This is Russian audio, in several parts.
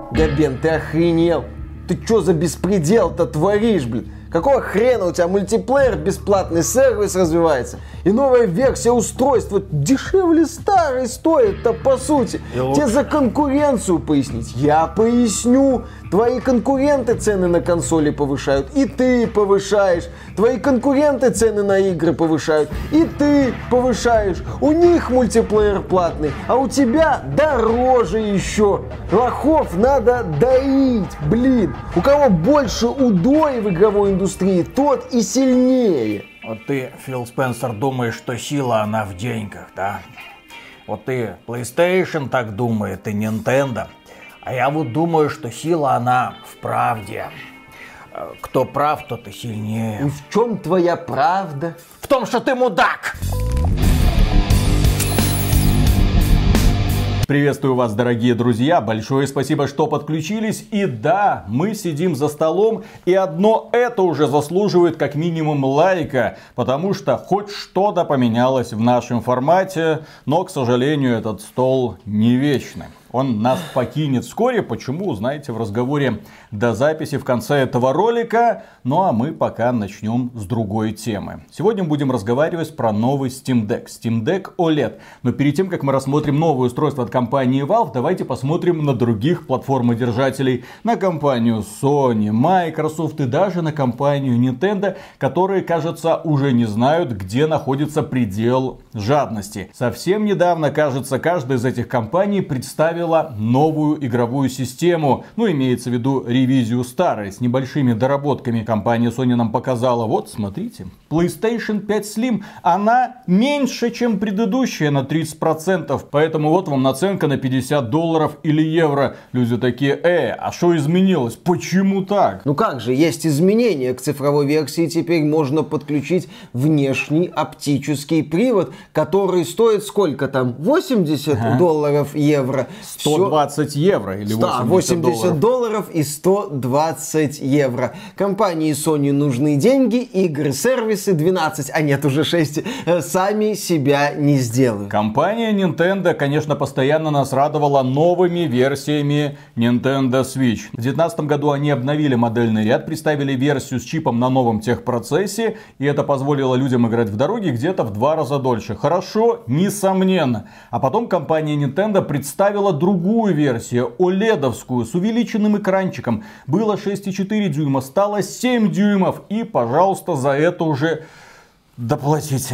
Габен, ты охренел? Ты чё за беспредел-то творишь, блин? Какого хрена у тебя мультиплеер, бесплатный сервис развивается? И новая версия устройства дешевле старой стоит-то, по сути. Тебе за конкуренцию пояснить? Я поясню. Твои конкуренты цены на консоли повышают, и ты повышаешь. Твои конкуренты цены на игры повышают, и ты повышаешь. У них мультиплеер платный, а у тебя дороже еще. Лохов надо доить, блин. У кого больше удой в игровой индустрии, тот и сильнее. Вот ты, Фил Спенсер, думаешь, что сила, она в деньгах, да? Вот ты, PlayStation так думает, и Nintendo. А я вот думаю, что сила, она в правде. Кто прав, тот и сильнее. И в чем твоя правда? В том, что ты мудак! Приветствую вас, дорогие друзья, большое спасибо, что подключились. И да, мы сидим за столом, и одно это уже заслуживает как минимум лайка, потому что хоть что-то поменялось в нашем формате, но, к сожалению, этот стол не вечный. Он нас покинет вскоре, почему, узнаете в разговоре до записи в конце этого ролика. Ну а мы пока начнем с другой темы. Сегодня будем разговаривать про новый Steam Deck. Steam Deck OLED. Но перед тем, как мы рассмотрим новое устройство от компании Valve, давайте посмотрим на других платформодержателей. На компанию Sony, Microsoft и даже на компанию Nintendo, которые, кажется, уже не знают, где находится предел жадности. Совсем недавно, кажется, каждая из этих компаний представила новую игровую систему. Ну, имеется в виду ревизию старой, с небольшими доработками. Компания Sony нам показала, вот, смотрите, PlayStation 5 Slim, она меньше, чем предыдущая на 30%. Поэтому вот вам наценка на $50 или евро. Люди такие, а что изменилось? Почему так? Ну как же, есть изменения. К цифровой версии теперь можно подключить внешний оптический привод, который стоит сколько там? $80, евро. 120 евро или 80 долларов и 120 евро. Компании Sony нужны деньги, игры, сервисы 12, а нет уже 6, сами себя не сделают. Компания Nintendo, конечно, постоянно нас радовала новыми версиями Nintendo Switch. В 2019 году они обновили модельный ряд, представили версию с чипом на новом техпроцессе, и это позволило людям играть в дороге где-то в 2 раза дольше. Хорошо, несомненно. А потом компания Nintendo представила другую версию, OLED-овскую, с увеличенным экранчиком. Было 6,4 дюйма, стало 7 дюймов. И, пожалуйста, за это уже доплатите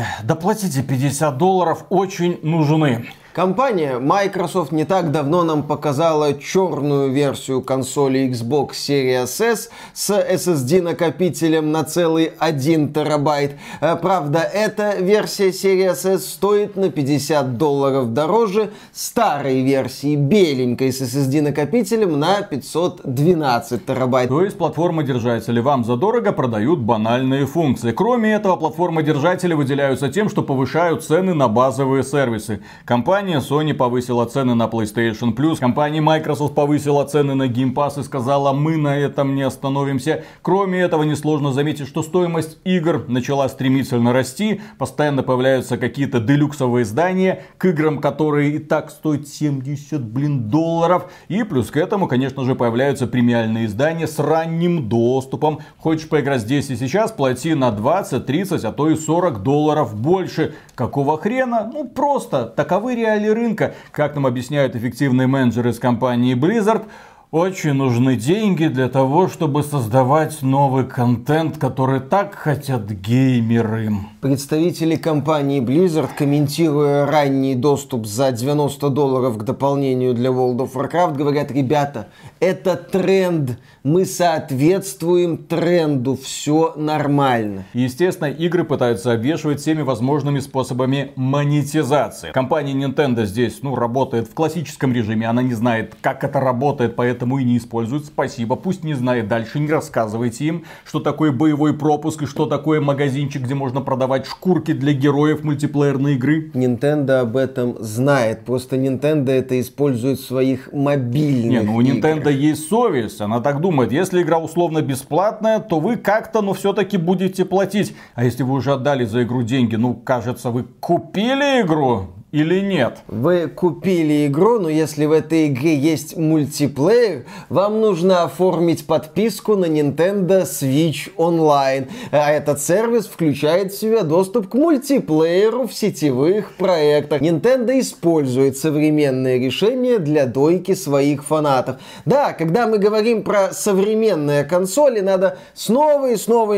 $50, очень нужны. Компания Microsoft не так давно нам показала черную версию консоли Xbox Series S с SSD-накопителем на целый 1 терабайт. Правда, эта версия Series S стоит на $50 дороже старой версии, беленькой, с SSD-накопителем на 512 терабайт. То есть платформодержатели вам задорого продают банальные функции. Кроме этого, платформодержатели выделяются тем, что повышают цены на базовые сервисы. Компания Sony повысила цены на PlayStation Plus, компания Microsoft повысила цены на Game Pass и сказала, мы на этом не остановимся. Кроме этого, несложно заметить, что стоимость игр начала стремительно расти, постоянно появляются какие-то делюксовые издания к играм, которые и так стоят $70 и плюс к этому, конечно же, появляются премиальные издания с ранним доступом. Хочешь поиграть здесь и сейчас, плати на 20, 30, а то и $40 больше. Какого хрена? Ну просто таковы реалии рынка. Как нам объясняют эффективные менеджеры из компании Blizzard, очень нужны деньги для того, чтобы создавать новый контент, который так хотят геймеры. Представители компании Blizzard, комментируя ранний доступ за $90 к дополнению для World of Warcraft, говорят, ребята, это тренд, мы соответствуем тренду, все нормально. Естественно, игры пытаются обвешивать всеми возможными способами монетизации. Компания Nintendo здесь, работает в классическом режиме, она не знает, как это работает, поэтому и не использует. Спасибо, пусть не знает, дальше не рассказывайте им, что такое боевой пропуск и что такое магазинчик, где можно продавать шкурки для героев мультиплеерной игры. Nintendo об этом знает, просто Nintendo это использует в своих мобильных играх. У Nintendo есть совесть, она так думает, если игра условно бесплатная, то вы как-то, все-таки будете платить. А если вы уже отдали за игру деньги, кажется, вы купили игру, или нет? Вы купили игру, но если в этой игре есть мультиплеер, вам нужно оформить подписку на Nintendo Switch Online. А этот сервис включает в себя доступ к мультиплееру в сетевых проектах. Nintendo использует современные решения для дойки своих фанатов. Да, когда мы говорим про современные консоли, надо снова и снова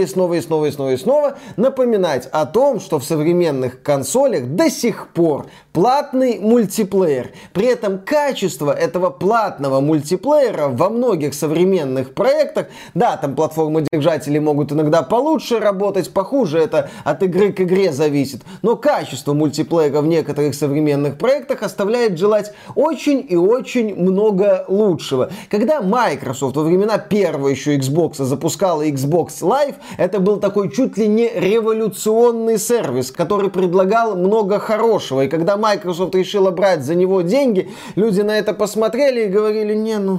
напоминать о том, что в современных консолях до сих пор платный мультиплеер. При этом качество этого платного мультиплеера во многих современных проектах, да, там платформодержатели могут иногда получше работать, похуже, это от игры к игре зависит, но качество мультиплеера в некоторых современных проектах оставляет желать очень и очень много лучшего. Когда Microsoft во времена первого еще Xbox запускала Xbox Live, это был такой чуть ли не революционный сервис, который предлагал много хорошего. И когда Microsoft решила брать за него деньги, люди на это посмотрели и говорили,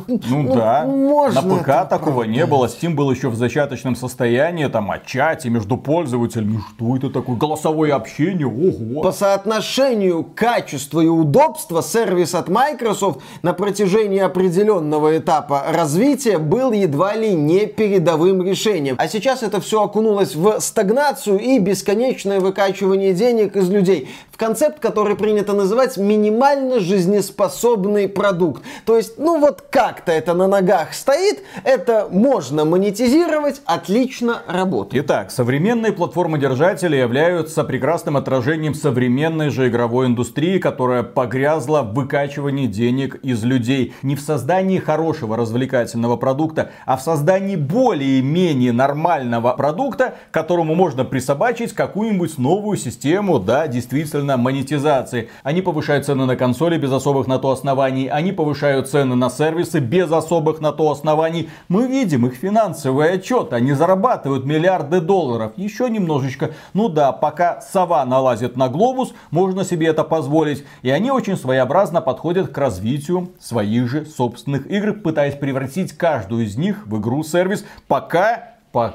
да, можно. На ПК такого не было. Steam был еще в зачаточном состоянии, там о чате между пользователями. Что это такое? Голосовое общение? Ого! По соотношению качества и удобства сервис от Microsoft на протяжении определенного этапа развития был едва ли не передовым решением. А сейчас это все окунулось в стагнацию и бесконечное выкачивание денег из людей. В концепт, который принято называть минимально жизнеспособный продукт. То есть, как-то это на ногах стоит, это можно монетизировать, отлично работает. Итак, современные платформодержатели являются прекрасным отражением современной же игровой индустрии, которая погрязла в выкачивании денег из людей. Не в создании хорошего развлекательного продукта, а в создании более-менее нормального продукта, которому можно присобачить какую-нибудь новую систему, действительно, монетизации. Они повышают цены на консоли без особых на то оснований, они повышают цены на сервисы без особых на то оснований. Мы видим их финансовый отчет, они зарабатывают миллиарды долларов. Еще немножечко, пока сова налазит на глобус, можно себе это позволить. И они очень своеобразно подходят к развитию своих же собственных игр, пытаясь превратить каждую из них в игру-сервис, пока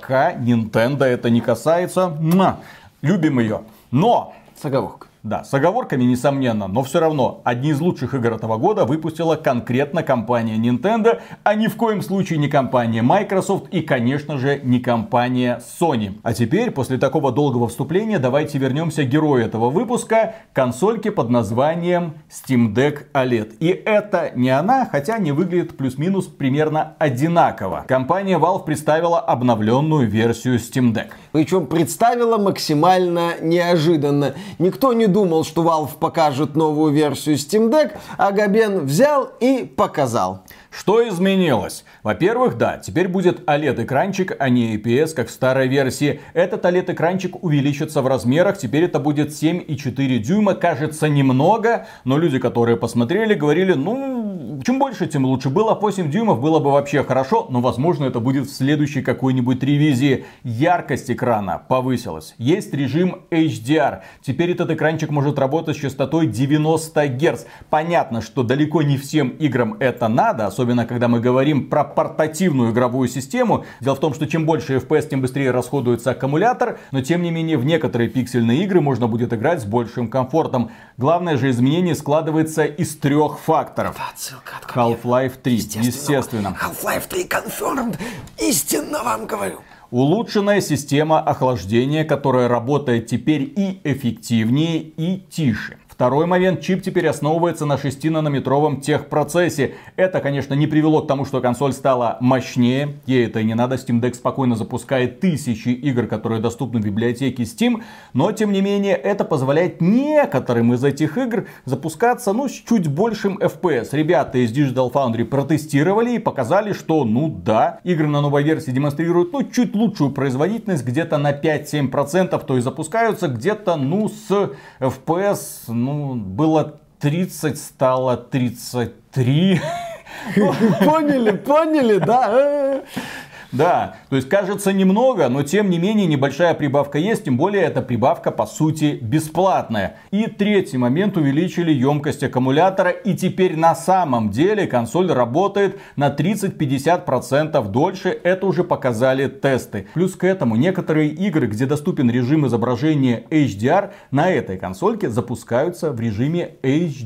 Nintendo это не касается. Любим ее. Но... С оговоркой. Да, с оговорками, несомненно, но все равно одни из лучших игр этого года выпустила конкретно компания Nintendo, а ни в коем случае не компания Microsoft и, конечно же, не компания Sony. А теперь, после такого долгого вступления, давайте вернемся к герою этого выпуска, консольке под названием Steam Deck OLED. И это не она, хотя не выглядит плюс-минус примерно одинаково. Компания Valve представила обновленную версию Steam Deck. Причем представила максимально неожиданно. Никто не думал, что Valve покажет новую версию Steam Deck, а Габен взял и показал. Что изменилось? Во-первых, теперь будет OLED-экранчик, а не IPS, как в старой версии. Этот OLED-экранчик увеличится в размерах, теперь это будет 7,4 дюйма. Кажется немного, но люди, которые посмотрели, говорили, чем больше, тем лучше. Было 8 дюймов, было бы вообще хорошо, но возможно это будет в следующей какой-нибудь ревизии. Яркость экрана повысилась. Есть режим HDR. Теперь этот экранчик может работать с частотой 90 Гц. Понятно, что далеко не всем играм это надо, особенно когда мы говорим про портативную игровую систему. Дело в том, что чем больше FPS, тем быстрее расходуется аккумулятор, но тем не менее в некоторые пиксельные игры можно будет играть с большим комфортом. Главное же изменение складывается из 3 факторов. Half-Life 3, естественно. Half-Life 3 confirmed. Истинно вам говорю. Улучшенная система охлаждения, которая работает теперь и эффективнее, и тише. Второй момент, чип теперь основывается на 6-нанометровом техпроцессе. Это, конечно, не привело к тому, что консоль стала мощнее. Ей это и не надо. Steam Deck спокойно запускает тысячи игр, которые доступны в библиотеке Steam. Но, тем не менее, это позволяет некоторым из этих игр запускаться, с чуть большим FPS. Ребята из Digital Foundry протестировали и показали, что, игры на новой версии демонстрируют, чуть лучшую производительность, где-то на 5-7%. То есть запускаются где-то, с FPS... было 30, стало 33. Поняли, да? Да, то есть кажется немного, но тем не менее небольшая прибавка есть, тем более эта прибавка по сути бесплатная. И третий момент, увеличили емкость аккумулятора, и теперь на самом деле консоль работает на 30-50% дольше, это уже показали тесты. Плюс к этому некоторые игры, где доступен режим изображения HDR, на этой консольке запускаются в режиме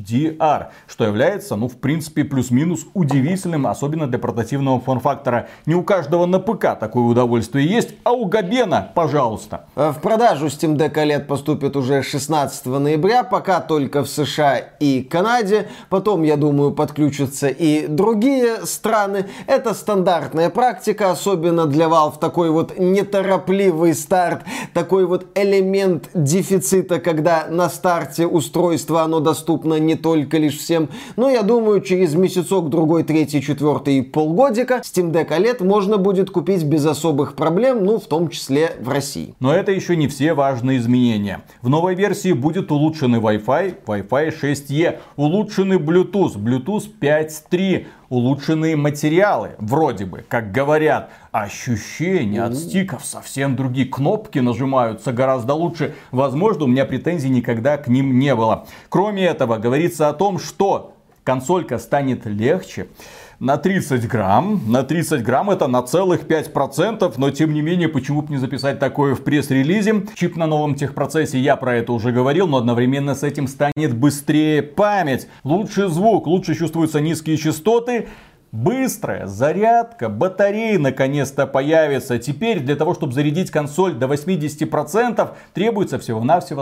HDR, что является, в принципе, плюс-минус удивительным, особенно для портативного форм-фактора. Не у каждого на ПК такое удовольствие есть, а у Габена, пожалуйста. В продажу Steam Deck OLED поступит уже 16 ноября, пока только в США и Канаде. Потом, я думаю, подключатся и другие страны. Это стандартная практика, особенно для Valve. Такой вот неторопливый старт, такой вот элемент дефицита, когда на старте устройства оно доступно не только лишь всем. Но я думаю, через месяцок, другой, третий, четвертый и полгодика Steam Deck OLED можно будет купить без особых проблем, в том числе в России. Но это еще не все важные изменения. В новой версии будет улучшенный Wi-Fi, Wi-Fi 6E, улучшенный Bluetooth, Bluetooth 5.3, улучшенные материалы, вроде бы, как говорят. Ощущения от стиков совсем другие. Кнопки нажимаются гораздо лучше. Возможно, у меня претензий никогда к ним не было. Кроме этого, говорится о том, что консолька станет легче на 30 грамм. На 30 грамм это на целых 5%. Но тем не менее, почему бы не записать такое в пресс-релизе? Чип на новом техпроцессе, я про это уже говорил. Но одновременно с этим станет быстрее память. Лучше звук, лучше чувствуются низкие частоты. Быстрая зарядка батареи наконец-то появится. Теперь для того, чтобы зарядить консоль до 80%, требуется всего-навсего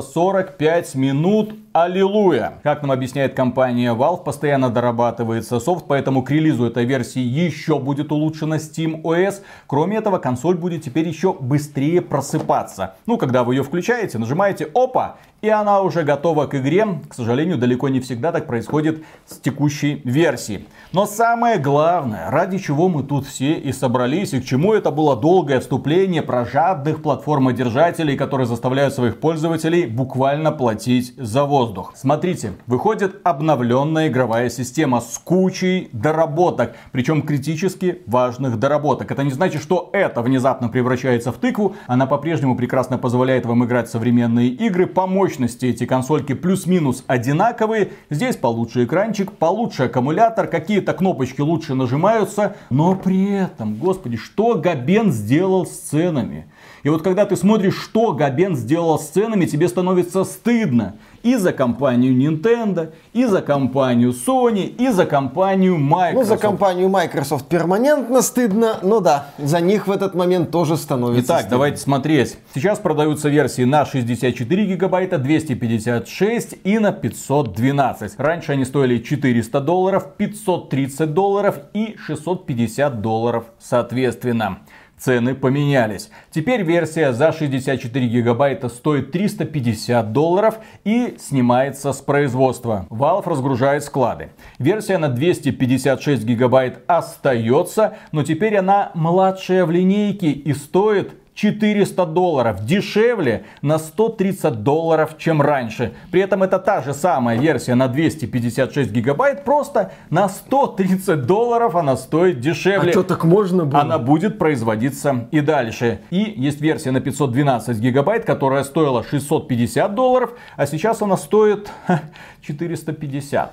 45 минут. Аллилуйя! Как нам объясняет компания Valve, постоянно дорабатывается софт, поэтому к релизу этой версии еще будет улучшена SteamOS. Кроме этого, консоль будет теперь еще быстрее просыпаться. Когда вы ее включаете, нажимаете «Опа!» и она уже готова к игре. К сожалению, далеко не всегда так происходит с текущей версией. Но самое главное, ради чего мы тут все и собрались, и к чему это было долгое вступление про жадных платформодержателей, которые заставляют своих пользователей буквально платить за воздух. Смотрите, выходит обновленная игровая система с кучей доработок, причем критически важных доработок. Это не значит, что это внезапно превращается в тыкву. Она по-прежнему прекрасно позволяет вам играть в современные игры. По мощности эти консольки плюс-минус одинаковые. Здесь получше экранчик, получше аккумулятор, какие-то кнопочки лучше нажимаются. Но при этом, господи, что Габен сделал с ценами? И вот когда ты смотришь, что Габен сделал с ценами, тебе становится стыдно. И за компанию Nintendo, и за компанию Sony, и за компанию Microsoft. За компанию Microsoft перманентно стыдно, но да, за них в этот момент тоже становится Итак, стыдно. давайте смотреть. Сейчас продаются версии на 64 гигабайта, 256 и на 512. Раньше они стоили $400, $530 и $650 соответственно. Цены поменялись. Теперь версия за 64 гигабайта стоит $350 и снимается с производства. Valve разгружает склады. Версия на 256 гигабайт остается, но теперь она младшая в линейке и стоит $400, дешевле на $130, чем раньше. При этом это та же самая версия на 256 гигабайт, просто на $130 она стоит дешевле. А что, так можно было? Она будет производиться и дальше. И есть версия на 512 гигабайт, которая стоила $650, а сейчас она стоит $450.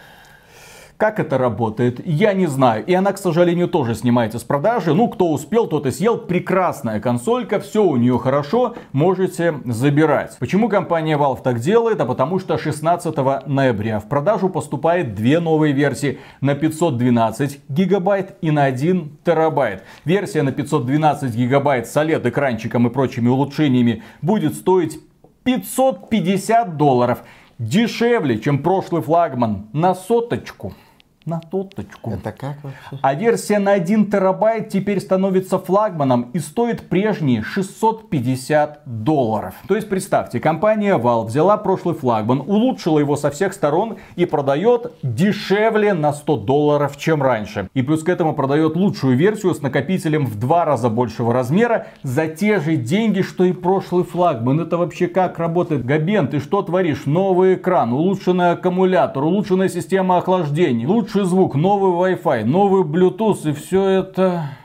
Как это работает, я не знаю. И она, к сожалению, тоже снимается с продажи. Кто успел, тот и съел. Прекрасная консолька, все у нее хорошо, можете забирать. Почему компания Valve так делает? А потому что 16 ноября в продажу поступает две новые версии на 512 гигабайт и на 1 терабайт. Версия на 512 гигабайт с OLED-экранчиком и прочими улучшениями будет стоить $550. Дешевле, чем прошлый флагман на соточку. На тоточку. Это как вообще? А версия на 1 терабайт теперь становится флагманом и стоит прежние $650. То есть представьте, компания Valve взяла прошлый флагман, улучшила его со всех сторон и продает дешевле на $100, чем раньше. И плюс к этому продает лучшую версию с накопителем в 2 раза большего размера за те же деньги, что и прошлый флагман. Это вообще как работает? Габен, ты что творишь? Новый экран, улучшенный аккумулятор, улучшенная система охлаждения, лучший звук, новый Wi-Fi, новый Bluetooth, и все это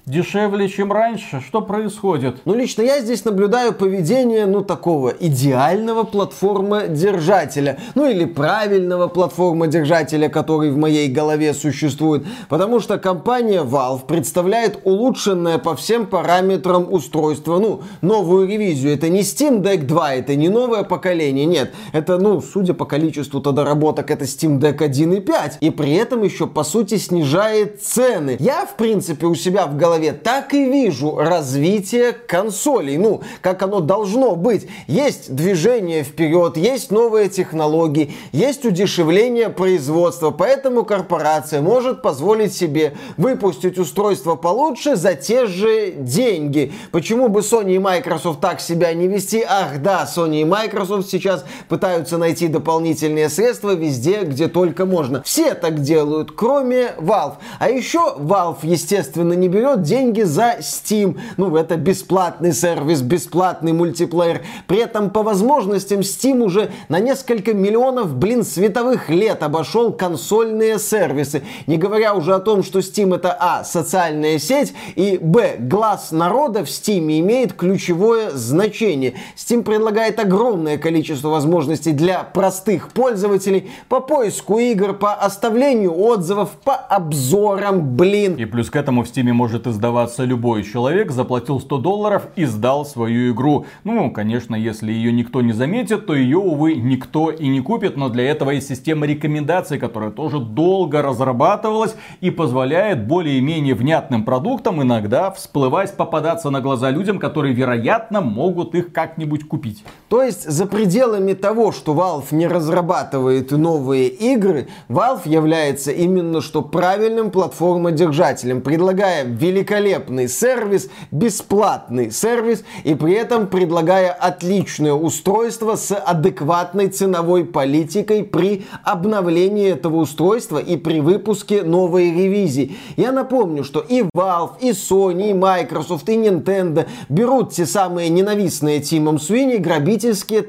дешевле, чем раньше. Что происходит? Ну, лично я здесь наблюдаю поведение, такого идеального платформодержателя. Или правильного платформодержателя, который в моей голове существует. Потому что компания Valve представляет улучшенное по всем параметрам устройство. Новую ревизию. Это не Steam Deck 2, это не новое поколение. Нет, это, судя по количеству доработок, это Steam Deck 1.5. И при этом еще, по сути, снижает цены. Я, в принципе, у себя в голове так и вижу развитие консолей. Как оно должно быть. Есть движение вперед, есть новые технологии, есть удешевление производства. Поэтому корпорация может позволить себе выпустить устройство получше за те же деньги. Почему бы Sony и Microsoft так себя не вести? Ах да, Sony и Microsoft сейчас пытаются найти дополнительные средства везде, где только можно. Все так делают, кроме Valve. А еще Valve, естественно, не берет деньги за Steam. Это бесплатный сервис, бесплатный мультиплеер. При этом по возможностям Steam уже на несколько миллионов, световых лет обошел консольные сервисы. Не говоря уже о том, что Steam это социальная сеть, и глаз народа в Steam имеет ключевое значение. Steam предлагает огромное количество возможностей для простых пользователей по поиску игр, по оставлению отзывов, по обзорам, И плюс к этому в Steam может издаваться любой человек, заплатил $100 и сдал свою игру. Конечно, если ее никто не заметит, то ее, увы, никто и не купит, но для этого есть система рекомендаций, которая тоже долго разрабатывалась и позволяет более-менее внятным продуктам иногда всплывать, попадаться на глаза людям, которые, вероятно, могут их как-нибудь купить. То есть, за пределами того, что Valve не разрабатывает новые игры, Valve является именно что правильным платформодержателем, предлагая великолепный сервис, бесплатный сервис и при этом предлагая отличное устройство с адекватной ценовой политикой при обновлении этого устройства и при выпуске новой ревизии. Я напомню, что и Valve, и Sony, и Microsoft, и Nintendo берут те самые ненавистные Тимом Суини грабительские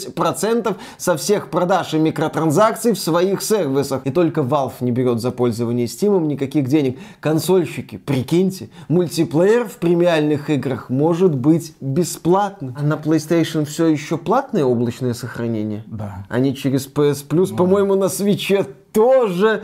30% со всех продаж и микротранзакций в своих сервисах. И только Valve не берет за пользование Steam никаких денег. Консольщики, прикиньте, мультиплеер в премиальных играх может быть бесплатным. А на PlayStation все еще платное облачное сохранение? Да. Они через PS Plus, по-моему, на Switch'е тоже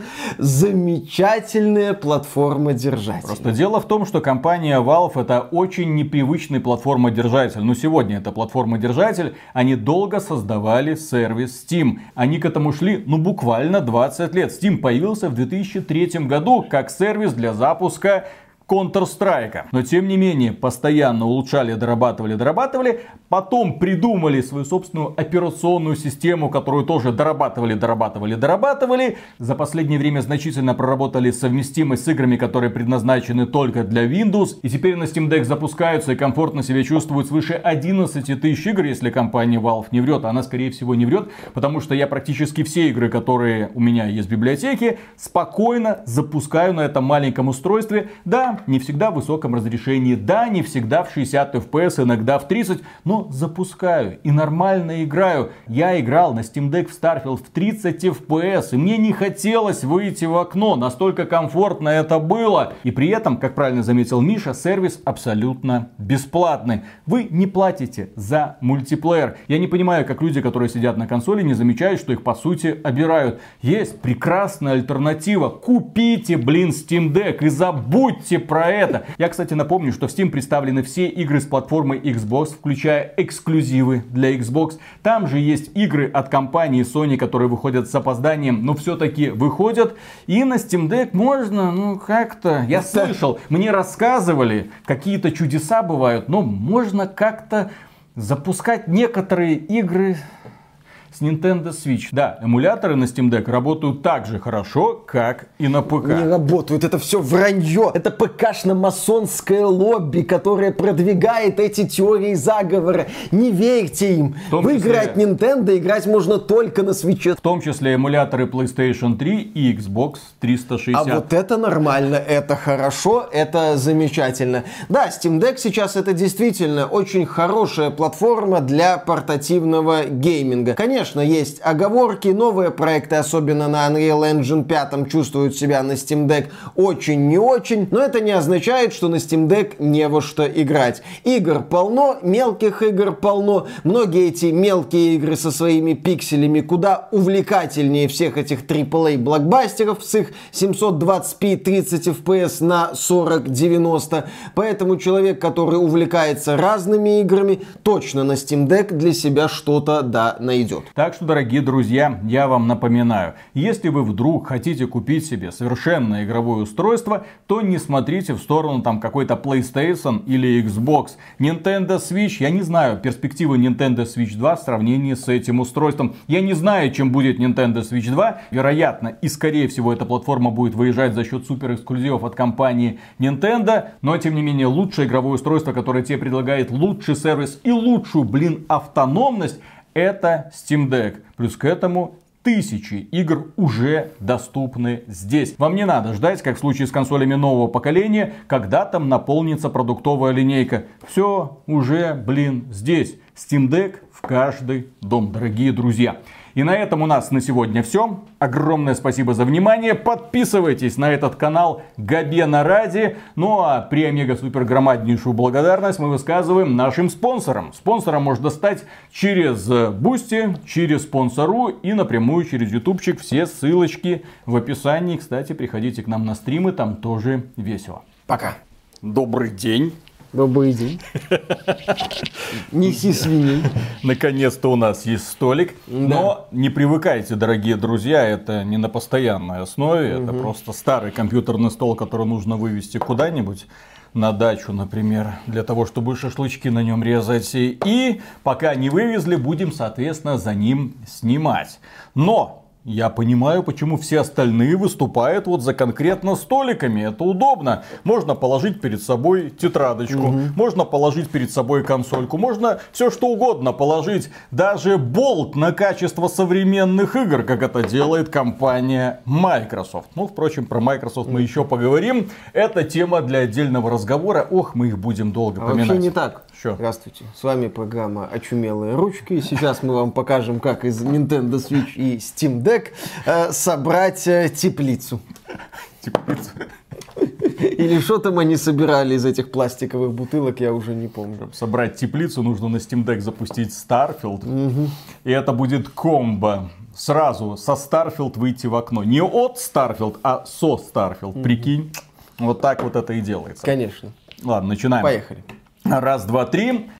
замечательная платформодержатель. Просто дело в том, что компания Valve это очень непривычный платформодержатель. Сегодня это платформодержатель. Они долго создавали сервис Steam. Они к этому шли, буквально 20 лет. Steam появился в 2003 году как сервис для запуска Counter-Strike. Но тем не менее, постоянно улучшали, дорабатывали. Потом придумали свою собственную операционную систему, которую тоже дорабатывали. За последнее время значительно проработали совместимость с играми, которые предназначены только для Windows. И теперь на Steam Deck запускаются и комфортно себя чувствуют свыше 11 тысяч игр, если компания Valve не врет. Она, скорее всего, не врет, потому что я практически все игры, которые у меня есть в библиотеке, спокойно запускаю на этом маленьком устройстве. Да, не всегда в высоком разрешении, да, не всегда в 60 FPS, иногда в 30, но запускаю и нормально играю. Я играл на Steam Deck в Starfield в 30 FPS, и мне не хотелось выйти в окно, настолько комфортно это было. И при этом, как правильно заметил Миша, сервис абсолютно бесплатный. Вы не платите за мультиплеер. Я не понимаю, как люди, которые сидят на консоли, не замечают, что их по сути обирают. Есть прекрасная альтернатива. Купите, Steam Deck и забудьте про это. Я, кстати, напомню, что в Steam представлены все игры с платформы Xbox, включая эксклюзивы для Xbox. Там же есть игры от компании Sony, которые выходят с опозданием, но все-таки выходят. И на Steam Deck можно, как-то... Я слышал, мне рассказывали, какие-то чудеса бывают, но можно как-то запускать некоторые игры с Nintendo Switch. Да, эмуляторы на Steam Deck работают так же хорошо, как и на ПК. Не работают, это все вранье. Это ПКшно-масонское лобби, которое продвигает эти теории заговора. Не верьте им. Выиграть Nintendo играть можно только на Switch. В том числе эмуляторы PlayStation 3 и Xbox 360. А вот это нормально, это хорошо, это замечательно. Да, Steam Deck сейчас это действительно очень хорошая платформа для портативного гейминга. Конечно, Конечно, есть оговорки, новые проекты, особенно на Unreal Engine 5, чувствуют себя на Steam Deck очень не очень, но это не означает, что на Steam Deck не во что играть. Игр полно, мелких игр полно, многие эти мелкие игры со своими пикселями куда увлекательнее всех этих AAA блокбастеров с их 720p 30 FPS на 40-90, поэтому человек, который увлекается разными играми, точно на Steam Deck для себя что-то найдет. Так что, дорогие друзья, я вам напоминаю, если вы вдруг хотите купить себе совершенное игровое устройство, то не смотрите в сторону там какой-то PlayStation или Xbox. Nintendo Switch, я не знаю перспективы Nintendo Switch 2 в сравнении с этим устройством. Я не знаю, чем будет Nintendo Switch 2. Вероятно, и скорее всего эта платформа будет выезжать за счет супер эксклюзивов от компании Nintendo, но тем не менее лучшее игровое устройство, которое тебе предлагает лучший сервис и лучшую, автономность, это Steam Deck. Плюс к этому тысячи игр уже доступны здесь. Вам не надо ждать, как в случае с консолями нового поколения, когда там наполнится продуктовая линейка. Все уже, здесь. Steam Deck в каждый дом, дорогие друзья. И на этом у нас на сегодня все. Огромное спасибо за внимание. Подписывайтесь на этот канал Габена ради. Ну а при омега супер громаднейшую благодарность мы высказываем нашим спонсорам. Спонсором можно стать через Boosty, через Спонсору и напрямую через ютубчик. Все ссылочки в описании. Кстати, приходите к нам на стримы, там тоже весело. Пока. Добрый день. Добрый день. Неси свиней. Наконец-то у нас есть столик. Да. Но не привыкайте, дорогие друзья, это не на постоянной основе. Это просто старый компьютерный стол, который нужно вывести куда-нибудь. На дачу, например, для того, чтобы шашлычки на нем резать. И пока не вывезли, будем, соответственно, за ним снимать. Но я понимаю, почему все остальные выступают вот за конкретно столиками. Это удобно. Можно положить перед собой тетрадочку, можно положить перед собой консольку, можно все что угодно положить. Даже болт на качество современных игр, как это делает компания Microsoft. Ну, впрочем, про Microsoft мы еще поговорим. Это тема для отдельного разговора. Ох, мы их будем долго поминать. Вообще не так. Что? Здравствуйте. С вами программа «Очумелые ручки». Сейчас мы вам покажем, как из Nintendo Switch и Steam Deck собрать теплицу. Теплицу. Или что там они собирали из этих пластиковых бутылок, я уже не помню. Чтобы собрать теплицу, нужно на Steam Deck запустить Starfield. И это будет комбо. Сразу со Starfield выйти в окно. Не от Starfield, а со Starfield. Прикинь. Вот так вот это и делается. Конечно. Ладно, начинаем. Поехали. Раз, два, три.